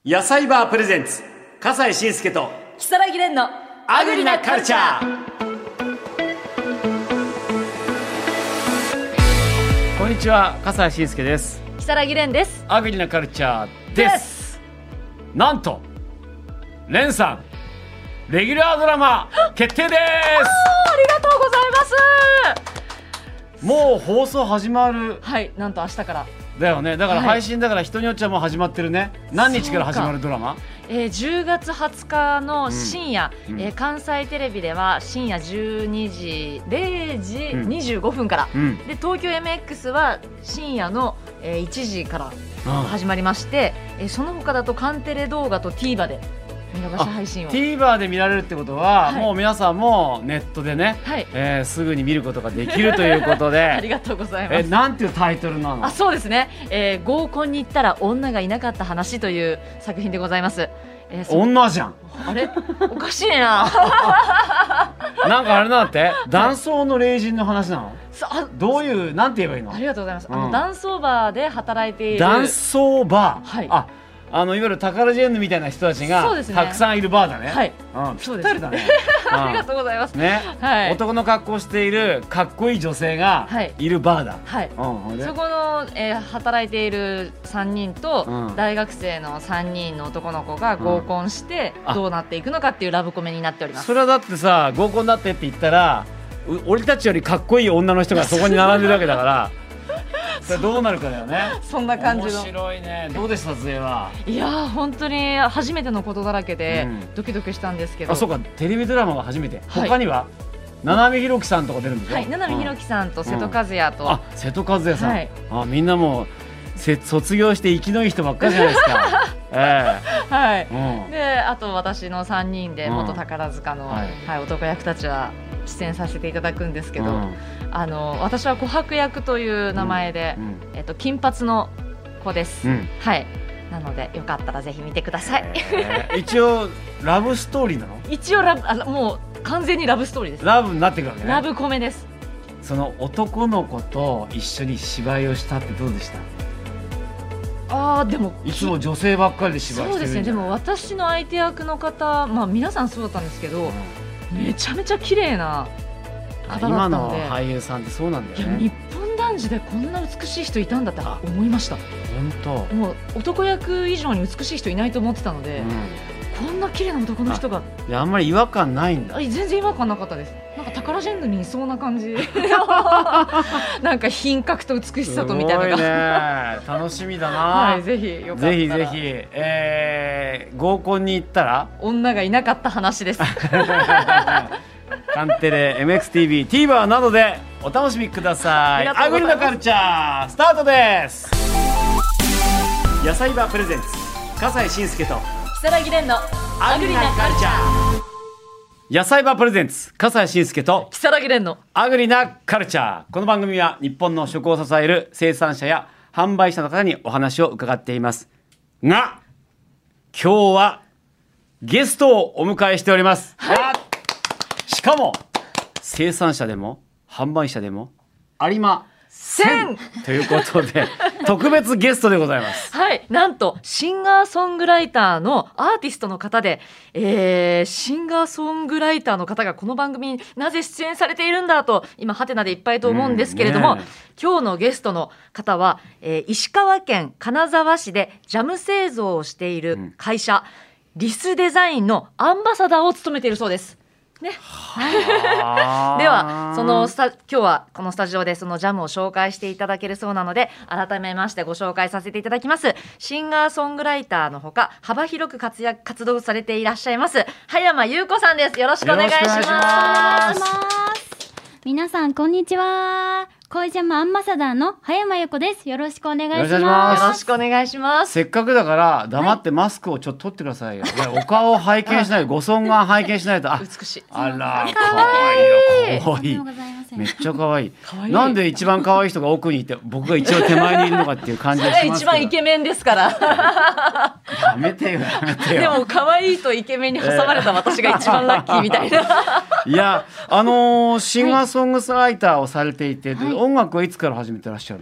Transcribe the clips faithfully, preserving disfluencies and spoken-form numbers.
野菜バープレゼンツ笠西慎介と木更木蓮のアグリなカルチャー。こんにちは、笠西慎介です。 木更木蓮です。 アグリなカルチャーです。です。なんと蓮さんレギュラードラマ決定です。ありがとうございます。 もう放送始まる。 はい、なんと明日からだよね。だから配信だから人によっちゃもう始まってるね、はい、何日から始まるドラマ？ えー、じゅうがつはつかの深夜、うんえー、関西テレビでは深夜じゅうにじれいじにじゅうごふんから、うん、で東京 エムエックス は深夜の、えー、いちじから始まりまして、えー、その他だとカンテレ動画と TVer で見逃し配信を TVer で見られるってことは、はい、もう皆さんもネットでね、 はいえー、すぐに見ることができるということでありがとうございます。 えなんていうタイトルなの？ あそうですね、えー、合コンに行ったら女がいなかった話という作品でございます。 えー、女じゃん。 あれおかしいななんかあれなんだって男装の霊人の話なの？どういうなんて言えばいいの？ ありがとうございます、うん、あの男装バーで働いている男装バー、 はい、 ああのいわゆるタカラジェンヌみたいな人たちが、ね、たくさんいるバーだね。 はい、 うん、ぴったりだね。 ありがとうございます。 ね、 はい、 男の格好をしているかっこいい女性がいるバーだ。 はい、 うん、 そこの、えー、働いているさんにんと、うん、大学生のさんにんの男の子が合コンしてどうなっていくのかっていうラブコメになっております。 それはだってさ合コンだってって言ったら俺たちよりかっこいい女の人がそこに並んでるわけだからそれどうなるかだよね。 そんな感じの。 面白いね。どうでした撮影は？ いやー本当に初めてのことだらけで、うん、ドキドキしたんですけど。 あそうかテレビドラマが初めて、はい、他には七海弘樹さんとか出るんでしょ？ はい、七海弘樹さんと瀬戸和也と、 うん、あ瀬戸和也さん、 はい、 あみんなもう卒業して生きのいい人ばっかりじゃないですか。えー、はい、うん、であと私のさんにんで元宝塚の、うんはいはい、男役たちは出演させていただくんですけど、うん、あの私は琥珀役という名前で、うんうんえっと、金髪の子です、うん、はいなのでよかったらぜひ見てください。 一応ラブストーリーなの？一応ラブあもう完全にラブストーリーです。 ラブになってくるわけね。 ラブコメです。 その男の子と一緒に芝居をしたってどうでした？ あでもいつも女性ばっかりで芝居してる。 そうですね。でも私の相手役の方、まあ、皆さんそうだったんですけど、うん、めちゃめちゃ綺麗な方だったので。 今の俳優さんってそうなんだよね。 日本男児でこんな美しい人いたんだって思いました。 本当。 もう男役以上に美しい人いないと思ってたので、うん、こんな綺麗な男の人がいやあんまり違和感ないんだ。 全然違和感なかったです。なんかタカラジェンヌにいそうな感じなんか品格と美しさとみたいなのがすごいね。楽しみだな。 はい、ぜひよかったらぜひぜひ、えー、合コンに行ったら女がいなかった話ですカンテレ エムエックスティーブイ TVer などでお楽しみください。アグリなカルチャースタートです。野菜バープレゼンツ笠西慎介と木更木蓮のアグリなカルチャー。 野菜バープレゼンツ笠西慎介と木更木蓮のアグリなカルチャー。この番組は日本の食を支える生産者や販売者の方にお話を伺っていますが、今日はゲストをお迎えしております、はい、しかも生産者でも販売者でもありませんということで特別ゲストでございます。 はい、なんとシンガーソングライターのアーティストの方で、えー、シンガーソングライターの方がこの番組になぜ出演されているんだと今ハテナでいっぱいと思うんですけれども、うんね、今日のゲストの方は、えー、石川県金沢市でジャム製造をしている会社、うん、リスデザインのアンバサダーを務めているそうですね、ではそのスタ今日はこのスタジオでそのジャムを紹介していただけるそうなので改めましてご紹介させていただきます。シンガーソングライターのほか幅広く活躍活動されていらっしゃいます葉山優子さんです。よろしくお願いします。 皆さんこんにちは。恋ジャムアンバサダーの葉山優子です。よろしくお願いします。 よろしくお願いします。 せっかくだから黙ってマスクをちょっと取ってくださいよ、はい、いやお顔を拝見しないご尊顔拝見しないとあ美しい。 あら可愛いよ可愛いめっちゃ可愛い。なんで一番可愛い人が奥にいて僕が一応手前にいるのかっていう感じがしますけど一番イケメンですからやめてよやめてよ。 でも可愛いとイケメンに挟まれた私が一番ラッキーみたいな、 えー、いやあのー、シンガーソングライターをされていて、はい、音楽はいつから始めてらっしゃるの？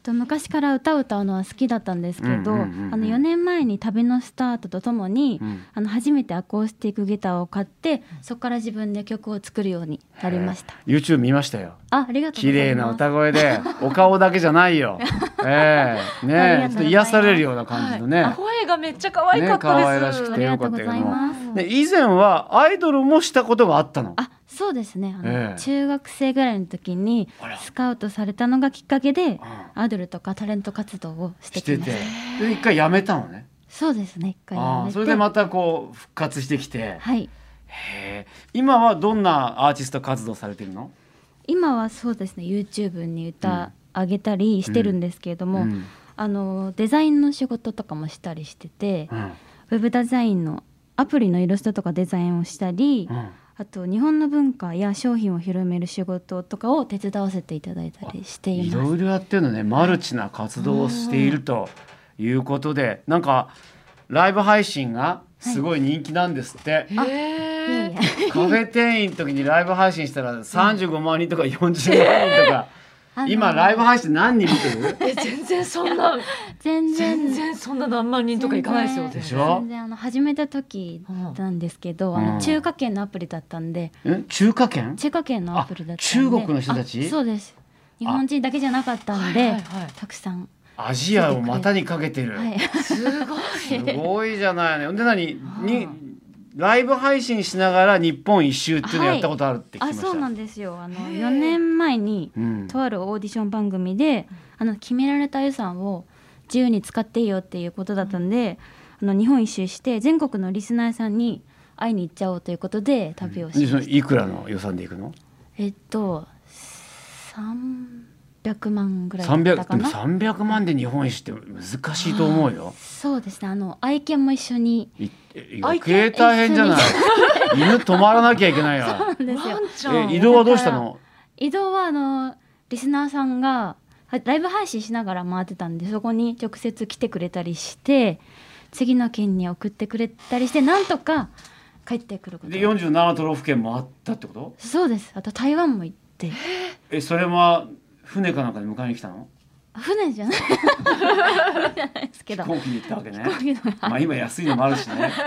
と昔から歌を歌うのは好きだったんですけど、 うんうんうんうんあのよねんまえに旅のスタートとともに、 うんあの初めてアコースティックギターを買ってそこから自分で曲を作るようになりました。 YouTube 見ましたよ。 あ、ありがとう綺ございます。 麗な歌声でお顔だけじゃないよ。ええねえ、ちょっと癒されるような感じのね、 はい声がめっちゃ可愛かったです、 ね可愛らしくてよかったけどもありがとうございます。 ね、以前はアイドルもしたことがあったの。 あ、そうですね、あの、 ええ中学生ぐらいの時にあらスカウトされたのがきっかけでうんアイドルとかタレント活動をしてしててきました。 で一回やめたのね。 そうですね、一回やめて、 ああそれでまたこう復活してきて、 はい、 へえ今はどんなアーティスト活動されてるの？ 今はそうですね YouTube に歌あげたりしてるんですけれども、 うんあのデザインの仕事とかもしたりしてて、 うんウェブデザインのアプリのイラストとかデザインをしたり、 うんあと日本の文化や商品を広める仕事とかを手伝わせていただいたりしていいます。 ろいろやってるのね。マルチな活動をしているということで、なんかライブ配信がすごい人気なんですって。 へいやいえやカフェ店員の時にライブ配信したらさんじゅうごまん人とかよんじゅうまん人とか、 あの今ライブ配信何人見てる？ え全然そんな全然全然そんな何万人とかいかないですよ。 全然でしょ全然あの始めた時なんですけど、 うんあの中華圏のアプリだったんで、 ん中華圏？ 中華圏のアプリだったんで、 あ中国の人たちあそうです。日本人だけじゃなかったんで、 はいはいはいたくさん、 アジアを股にかけてる。 はい、 すごい。 すごいじゃないの。で何にライブ配信しながら日本一周っていうのやったことあるって聞きまあ、 した。 そうなんですよ。あのよねんまえにうんとあるオーディション番組で、あの決められた予算を自由に使っていいよっていうことだったんで、あの日本一周して全国のリスナーさんに会いに行っちゃおうということで旅をしでそのました。 いくらの予算で行くの？ えっとさんびゃくまんぐらいだ三百でもったかな。 三百万で日本一って難しいと思うよ。 そうですね。あの愛犬も一緒にい余計大変じゃない。犬止まらなきゃいけないよ。 なんですよ。 ワンちゃん。 え移動はどうしたの？ 移動はあのリスナーさんがはライブ配信しながら回ってたんで、そこに直接来てくれたりして次の県に送ってくれたりして、なんとか帰ってくることでが四十七都道府県もあったってこと？ そうです。あと台湾も行って、 えそれは船かなんかで迎えに来たの？ 船じゃない船じゃないですけど、 飛行機に行ったわけね。 飛行機のまあ今安いのもあるしね。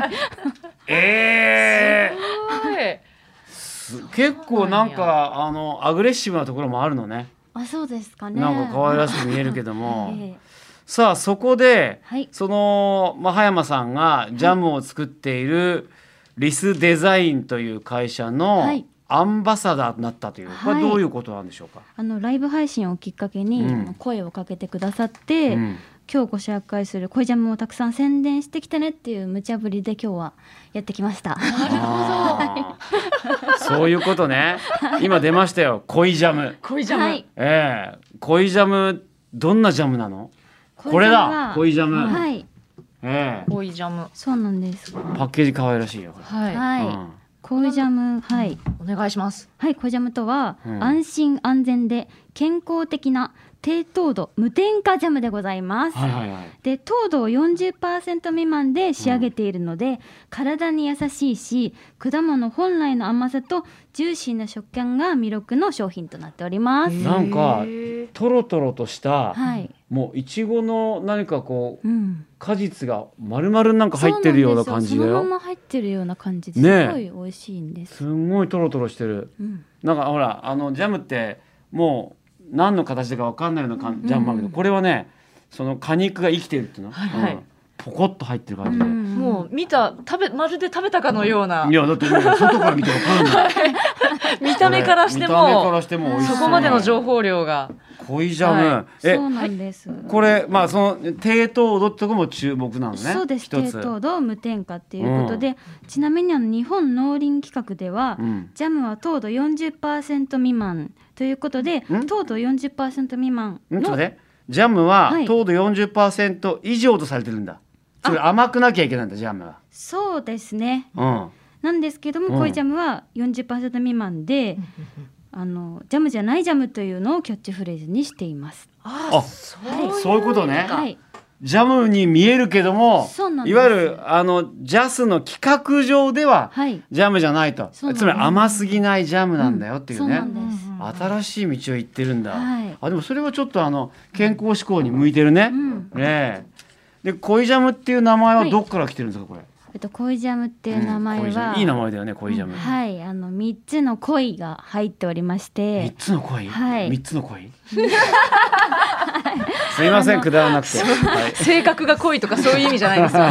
ええすごい。 ー、結構なんかあのアグレッシブなところもあるのね。 あ、そうですかね。 なんか可愛らしく見えるけども。 ええさあそこで、 はいその、まあ、葉山さんがジャムを作っているリスデザインという会社のはいアンバサダーになったという、これどういうことなんでしょうか？ あのライブ配信をきっかけに、 うんあの声をかけてくださって、 うん今日ご紹介する恋ジャムをたくさん宣伝してきてねっていう無茶ぶりで今日はやってきました。 あーそういうことね。今出ましたよ、恋ジャム。 恋ジャム。 はい、 ええ恋ジャムどんなジャムなの？これだ恋ジャム。 はい、 ええ恋ジャム。 そうなんです。 パッケージ可愛らしいよ。これはい。 はい、 うん恋ジャム、はい、 お願いします。 はい、恋ジャムとは、 うん安心安全で健康的な低糖度無添加ジャムでございます。 はいはいはい。 で糖度を よんじゅっパーセント 未満で仕上げているので、体に優しいし、果物本来の甘さとジューシーな食感が魅力の商品となっております。 なんかへートロトロとした、 はい、 もういちごの何かこううん、 果実が丸々なんか入ってるような感じだよ。 そうなんですよ。そのまま入ってるような感じでねえすごい美味しいんです。 すんごいトロトロしてる。 うん、 なんかほらあのジャムってもう何の形だかわかんないようなかんジャムもあるけど、 うんこれはねその果肉が生きてるっていうの、 はいはいうんポコッと入ってる感じで、 うんもう見た食べまるで食べたかのような。 いやだってもう外から見てわかんない見た目からして見た目かもらしても美味しそうそこまでの情報量が。 濃いジャム、 はえそうなんです。 これまあその低糖度ってとこも注目なのね。 そうです。 一つ低糖度無添加っていうことで、ちなみにあの日本農林規格では、 うんジャムは糖度 よんじゅっパーセント 未満ということで、 ん糖度 よんじゅっパーセント 未満のんちょっとねジャムははい糖度 よんじゅっパーセント 以上とされてるんだ。それ甘くなきゃいけないんだジャムは。 そうですね。 うんなんですけども、 うん濃いジャムは よんじゅっパーセント 未満で、あのジャムじゃないジャムというのをキャッチフレーズにしています。 あそうそういうことね。 はい。 ジャムに見えるけどもそうなんですいわゆるあのジャスの規格上でははい。 ジャムじゃないと、 そうなんですつまり甘すぎないジャムなんだよっていうね、 そうなんです。 新しい道を行ってるんだ、 はいあでもそれはちょっとあの健康志向に向いてるね、 うんねえで恋ジャムっていう名前はどっから来てるんですかこれ、 えっと恋ジャムっていう名前うん恋ジャは、 ムいい名前だよね恋ジャム、 はいあのみっつの恋が入っておりまし三て、 つの恋、 はい三つの恋すいませんくだらなくて、はい、 性格が濃いとかそういう意味じゃないですよ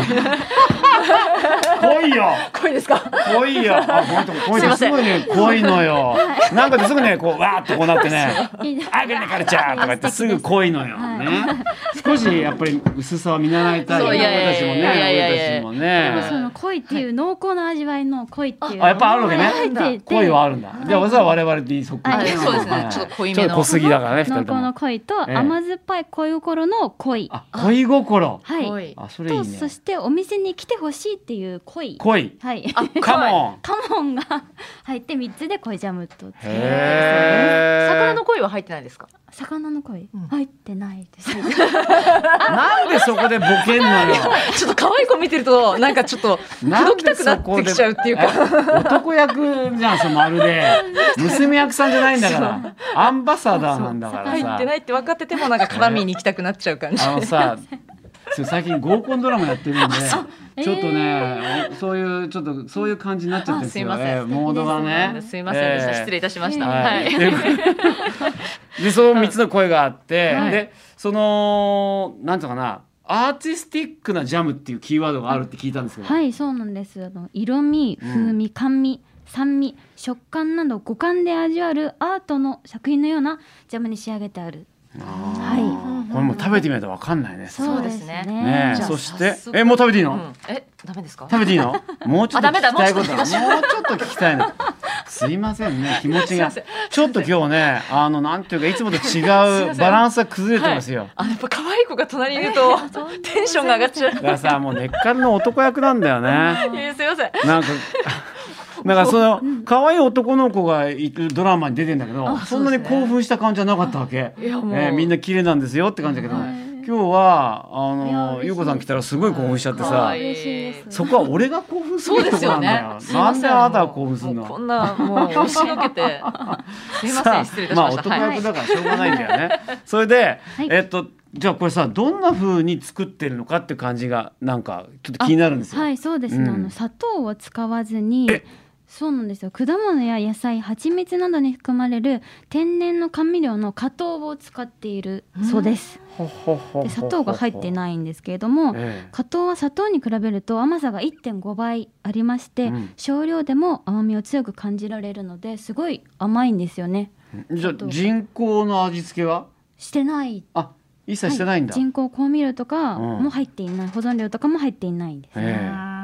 恋よ濃いですか恋よあ本当恋すいませんすごいね濃いのよなんかですぐねこうわーっとこうなってねいいあグリネカルチャーとか言ってすぐ濃いのよ、 はいね少しやっぱり薄さを見習いたいよそういやいやいや俺たちもねいやいやいやいや俺たちもでもそねの恋っていう濃厚な味わいの恋っていうあやっぱあるわけね入っていて恋はあるんだじゃあわざわざ我々にそっくりはいそうですねはいちょっと濃いめのちょっと濃すぎだからね二濃厚人ともの恋とええ甘酸っぱい恋心の恋、 あ恋心はい濃いあそれいいとねそしてお店に来てほしいっていう恋恋はいカモンカモンが入ってみっつで恋ジャムとつけてるそうですへー魚の鯉は入ってないですか魚の恋、 うん入ってないですなんでそこでボケんのよちょっと可愛い子見てるとなんかちょっと口説きたくなってきちゃうっていうかえ男役じゃんそのまるで娘役さんじゃないんだからアンバサダーなんだからさ入ってないって分かっててもなんか絡みに行きたくなっちゃう感じあのさそう最近合コンドラマやってるんでちょっとね、そういうちょっとそういう感じになっちゃってるんですよ、 あすいませんえーモードがねすいませんでした、 えー失礼いたしました、 ははいい、 でそのみっつの声があって、 はいでそのなんていうのかなアーティスティックなジャムっていうキーワードがあるって聞いたんですけど、 はいそうなんですあの色味風味甘味酸味食感など五感で味わるアートの作品のようなジャムに仕上げてあるあーはこれもう食べてみないと分かんないねそうですねじゃあねそして早速えもう食べていいの、 うんえダメですか食べていいのもうちょっと聞きたいことあダメだもうちょっと聞きたいのすいませんね気持ちがすいまちょっと今日ねあのなんていうかいつもと違うバランスが崩れてますよ、 あやっぱ可愛い子が隣にいるとテンションが上がっちゃうだからさもう根っからの男役なんだよねいやすいませんなんかなんかその可愛い男の子がいるドラマに出てんだけどそんなに興奮した感じじゃなかったわけ、 いやもう、 えーみんな綺麗なんですよって感じだけど、 はい今日はあいやの嬉しいゆうこさん来たらすごい興奮しちゃってさ可愛嬉しいですそこは俺が興奮するとこなんだよそうですよねなんであなたが興奮するのもうこんなもう押しのけてすいません失礼いたしまあました、 男役だからしょうがないんだよね、それで、 はいえっとじゃあこれさどんな風に作ってるのかって感じがなんかちょっと気になるんですよ、 はいそうですね、 うんあの砂糖を使わずにえそうなんですよ果物や野菜蜂蜜などに含まれる天然の甘味料の果糖を使っているそうです、 ほほほほで砂糖が入っていないんですけれどもえ果糖は砂糖に比べると甘さが いってんごばいありまして、 うん少量でも甘みを強く感じられるのですごい甘いんですよねえじゃあ人工の味付けはしてないあ一切してないんだ、 はい人工香味料とかうんも入っていない、保存料とかも入っていないんです、 ええへ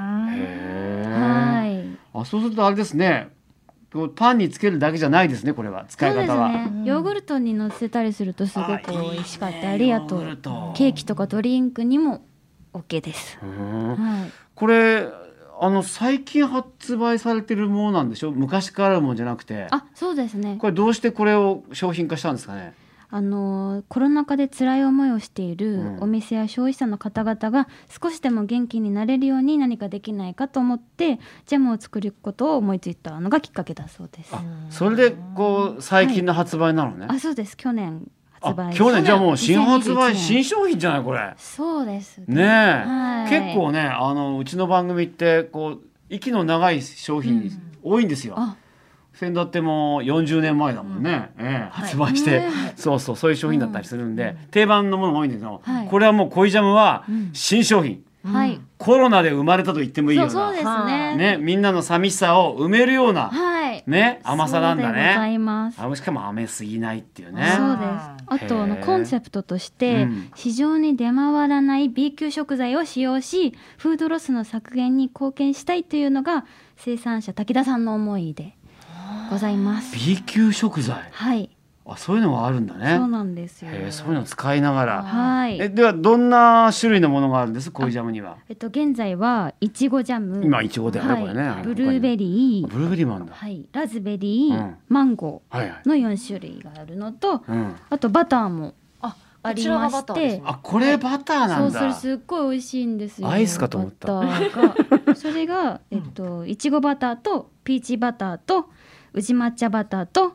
えはいあそうするとあれですねこうパンにつけるだけじゃないですねこれは使いそうです方は、 ねヨーグルトに乗せたりするとすごく美味しかったりあとヨーグルトケーキとかドリンクにも OK です、 うんはい、 これあの最近発売されてるものなんでしょ昔からあるものじゃなくてあそうですねこれどうしてこれを商品化したんですかねあのコロナ禍で辛い思いをしているうんお店や消費者の方々が少しでも元気になれるように何かできないかと思ってジャムを作ることを思いついたのがきっかけだそうです。 あそれでこう最近の発売なのね、 あそうです去年あ発売去年じゃあもう新発売にせんにじゅういちねん新商品じゃないこれそうですねえ、 はい結構ねあのうちの番組ってこう息の長い商品多いんですよ、 あ先だってもうよんじゅうねんまえだもんね、ええ発売して、 ねそうそうそういう商品だったりするんで、定番のものが多いんだけど、 はいこれはもう恋ジャムはうん新商品、 はい、 コロナで生まれたと言ってもいいようなそうそうですねね、みんなの寂しさを埋めるような、 はいね、甘さなんだそうでござねいますあしかも甘すぎないっていうねそうですあとあのへーコンセプトとして、 うん市場に出回らない B 級食材を使用しフードロスの削減に貢献したいというのが生産者滝田さんの思いでございます B 級食材はいあそういうのがあるんだねそうなんですよへえそういうのを使いながら、 はいえではどんな種類のものがあるんです恋ジャムにはえっと現在はいちごジャム今いちごだよね、 はいこれねブルーベリーブルーベリーもあるんだはいラズベリー、 うんマンゴはいはいーのよん種類があるのとうん、 あとバターもあありこちらがましてバターですねあこれバターなそうんだ、 それすっごい美味しいんですよアイスかと思ったバターがそれがえっといちごバターとピーチバターと宇治抹茶バターと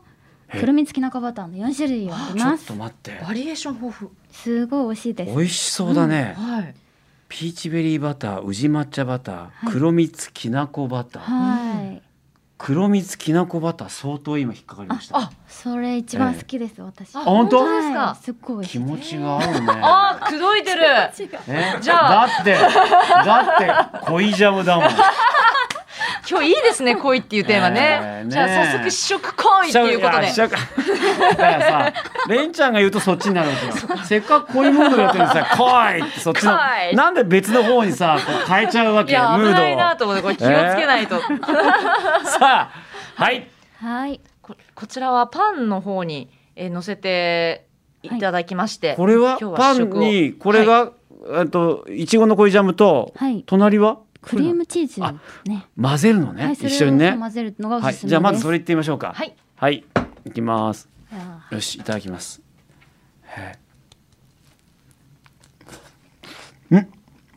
黒蜜きなこバターのよん種類ありちょっます。 と待ってバリエーション豊富。 すごい美味しいです。 美味しそうだね、 はい。 ピーチベリーバター、宇治抹茶バター、 はい黒蜜きなこバター、 はい。 黒蜜きなこバター相当今引っかかりました。 あ、 それ一番好きです、私。 あ本当本当ですかはいすっごい美味しい。 気持ちが合うね。 あー、口説いてる。 えじゃあだってだって恋ジャムだもん。 今日いいですね、恋っていうテーマね。 えーねじゃあ早速試食恋っていうことで。 しちゃうかだからさ、レンちゃんが言うとそっちになるわけよ。せっかく恋モードでやってるのにさ、恋ってそっちの恋なんで別の方にさこう変えちゃうわけ、 いや、 ムードを。 危ないなと思ってこれ気をつけないと。 さあ、はい。 はい。 ここちらはパンの方に、えー、乗せていただきまして、 これは今日パ試食をンにこれが、えっといちごの恋ジャムと、 はい隣はクリームチーズですね。 混ぜるのね、 はい、それを一緒にね。 混ぜるのがおすはい、 すめです。 じゃあまずそれいってみましょうか。 はい、 はい、いきます。 じゃあよし、いただきます。へえん、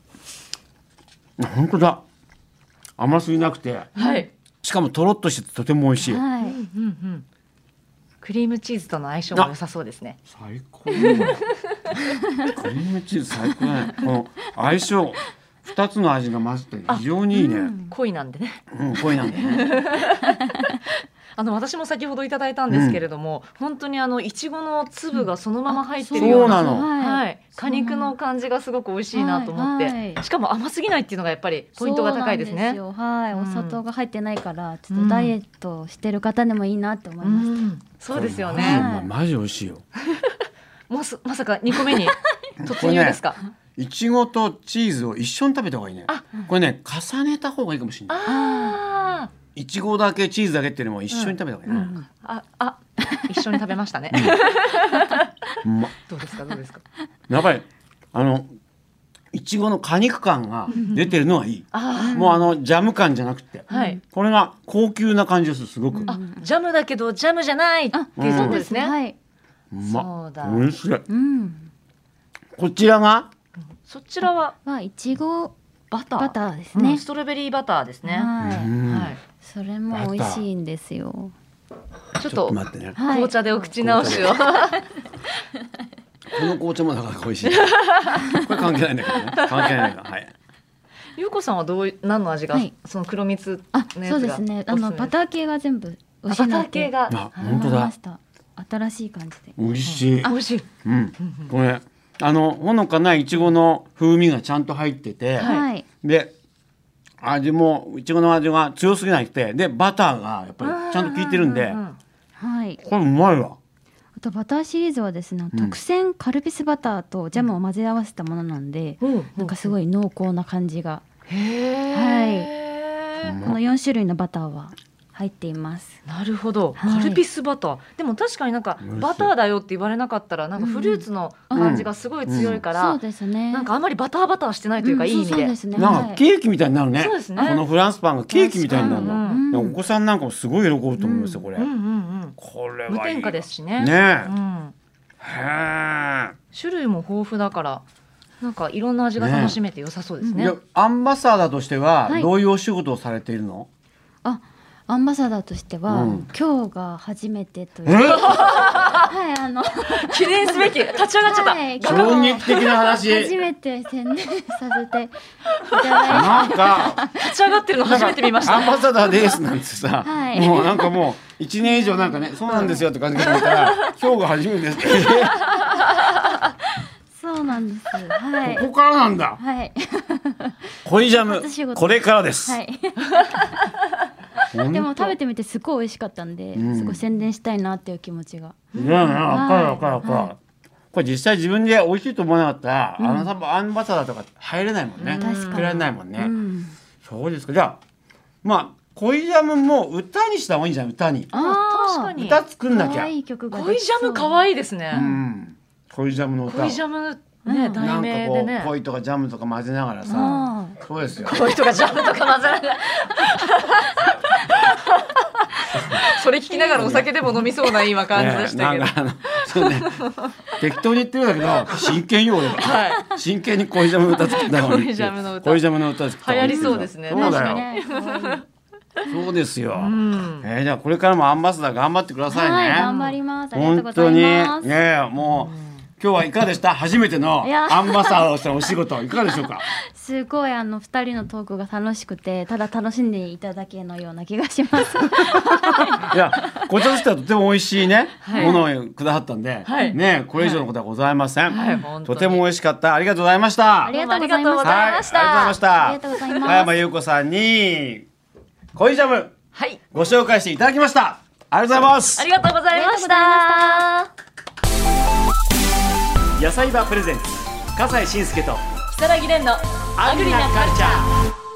本当だ。甘すぎなくて、 はい、 しかもとろっとしててとても美味しい。 はい。 うんうんクリームチーズとの相性も良さそうですね。 最高だね。クリームチーズ最高だね。この相性二つの味が混じって非常にいいね。うん、 恋なんでね。 恋なんだよね。 あの私も先ほどいただいたんですけれども、うん、本当にあのいちごの粒がそのまま入ってるような、 そうなの。 はい、果肉の感じがすごく美味しいなと思って、 はいはい、 しかも甘すぎないっていうのがやっぱりポイントが高いですね。 そうなんですよ。はい、うん、お砂糖が入ってないからちょっとダイエットしてる方でもいいなって思いました。うん、 そうですよマね。 ジ、マジ美味しいよ。 まさまさかにこめに突入ですか。 いちごとチーズを一緒に食べた方がいいね。これね、重ねた方がいいかもしれない。 あー、 いちごだけチーズだけっていうのも一緒に食べた方がいいね。 うんうん、ああ一緒に食べましたね。 うん、ま、 どうですかどうですか。 やっぱりあのいちごの果肉感が出てるのはいい。もうあのジャム感じゃなくて、 はい、 これが高級な感じですすごく。 あ、ジャムだけどジャムじゃないっていうところですね。 はい。 そうだ。美味しい。うん。こちらが？ そちらははいちごバター。 バターですね。 うん、ストロベリーバターですね。 はい。 はい。 それも美味しいんですよ。 ちょっと待ってね。 紅茶でお口直しを。この紅茶もなかなか美味しい。これ関係ないんだけどね。関係ないから。はい。 ゆうこさんはどういう何の味が、はい、その黒蜜あ、そうですね。あのバター系が全部美味しいなって。 バター系が。 あ、本当だ。 新しい感じで。 美味しい。 あ、美味しい。 うん。これあのほのかないちごの風味がちゃんと入ってて、 はい。 で味もいちごの味が強すぎなくて、でバターがやっぱりちゃんと効いてるんで、 はい。 これうまいわ。 あとバターシリーズはですね、特選カルピスバターとジャムを混ぜ合わせたものなんで、うん、なんかすごい濃厚な感じが。 へー。 はい。このよん種類のバターは入っています。 なるほど、 はい、 カルピスバター。でも確かになんかバターだよって言われなかったらなんかフルーツの感じがすごい強いから、 そうですね。 なんかあんまりバターバターしてないというか、いい意味で、 そうですね。 なんかケーキみたいになるね。 そうですね。 このフランスパンがケーキみたいになるの。 うん、 お子さんなんかもすごい喜ぶと思いますよこれ。 うんうんうん、 これはいい。 無添加ですしね。 ね。 うん、 へえ。 種類も豊富だからなんかいろんな味が楽しめて良さそうですね。 ね、アンバサダーとしてはどういうお仕事をされているの？ あ、アンバサダーとしては、うん、今日が初めてという。はい、あの記念すべき立ち上がっちゃった。はい、 衝撃的な話。 初めて宣伝させていただいて。 なんか立ち上がってるの初めて見ました。 アンバサダーですなんてさ、 はい、 もうなんかもう一年以上なんかね、そうなんですよって感じで見たら、今日が初めてですって。 そうなんです。はい。 ここからなんだ。 はい。 恋ジャムこれからです。 はい。でも食べてみてすごい美味しかったんで、うん、すごい宣伝したいなっていう気持ちが。 いやいや、わかるわかるわかる。これ実際自分で美味しいと思わなかったら、うん、あの多分アンバサダーとか入れないもんね。作られないもんね。うん、そうですか。じゃあまあ恋ジャムも歌にした方がいいんじゃない？歌に。 あ、確かに。 歌作んなきゃ。 恋ジャム可愛いですね。 うん。恋ジャムの歌。 恋ジャムね、題名でね。 恋とかジャムとか混ぜながらさ。そうですよ。 恋とかジャムとか混ぜながら。それ聞きながらお酒でも飲みそうな今感じでしたけど。 そうね。適当に言ってるんだけど真剣よ俺は。はい。真剣に恋ジャムの歌作ったのに。 恋ジャムの歌。 恋ジャムの歌作った。 流行りそうですね。 そうだよ。 そうですよ、 うんえー、じゃあこれからもアンバサダー頑張ってくださいね、 はい、頑張ります。ありがとうござい本当にます。 ねもう、今日はいかがでした？初めてのいやアンバサダーをしたお仕事いかがでしょうか？ すごいあの二人のトークが楽しくて、ただ楽しんでいただけのような気がします。 いやこちらとしてはとても美味しいね、 はいものをくださったんで、 はいねこれ以上のことはございません、 はい本当にとても美味しかった。ありがとうございました。 ありがとうございました。 どうもありがとうございましたはい、ありがとうございました。 ありがとうございます葉山優子さんに恋ジャムはい、 ご紹介していただきました。ありがとうございます。 ありがとうございましあた。 野菜バープレゼンツ笠西慎介と如月蓮のアグリなカルチャー。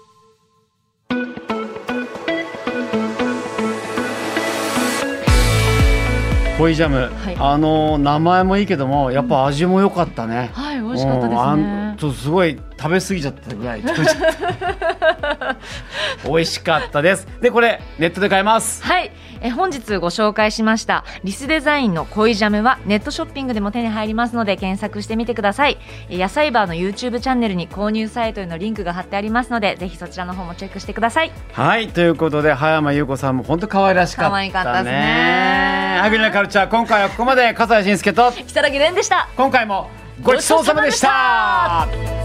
恋ジャム、 はいあの名前もいいけどもやっぱ味も良かったね、 はい、美味しかったですうんあねん。ちょっとすごい食べ過ぎちゃったぐらい食べちゃった美味しかったです。でこれネットで買えます。 はい、え本日ご紹介しましたリスデザインの恋ジャムはネットショッピングでも手に入りますので検索してみてください。え野菜バーの YouTube チャンネルに購入サイトへのリンクが貼ってありますのでぜひそちらの方もチェックしてください。 はいということで葉山優子さんも本当可愛らしかったね。 可愛かったですね。 アグリなカルチャー今回はここまで笠西慎介と如月蓮でした。 今回もごちそうさまでした。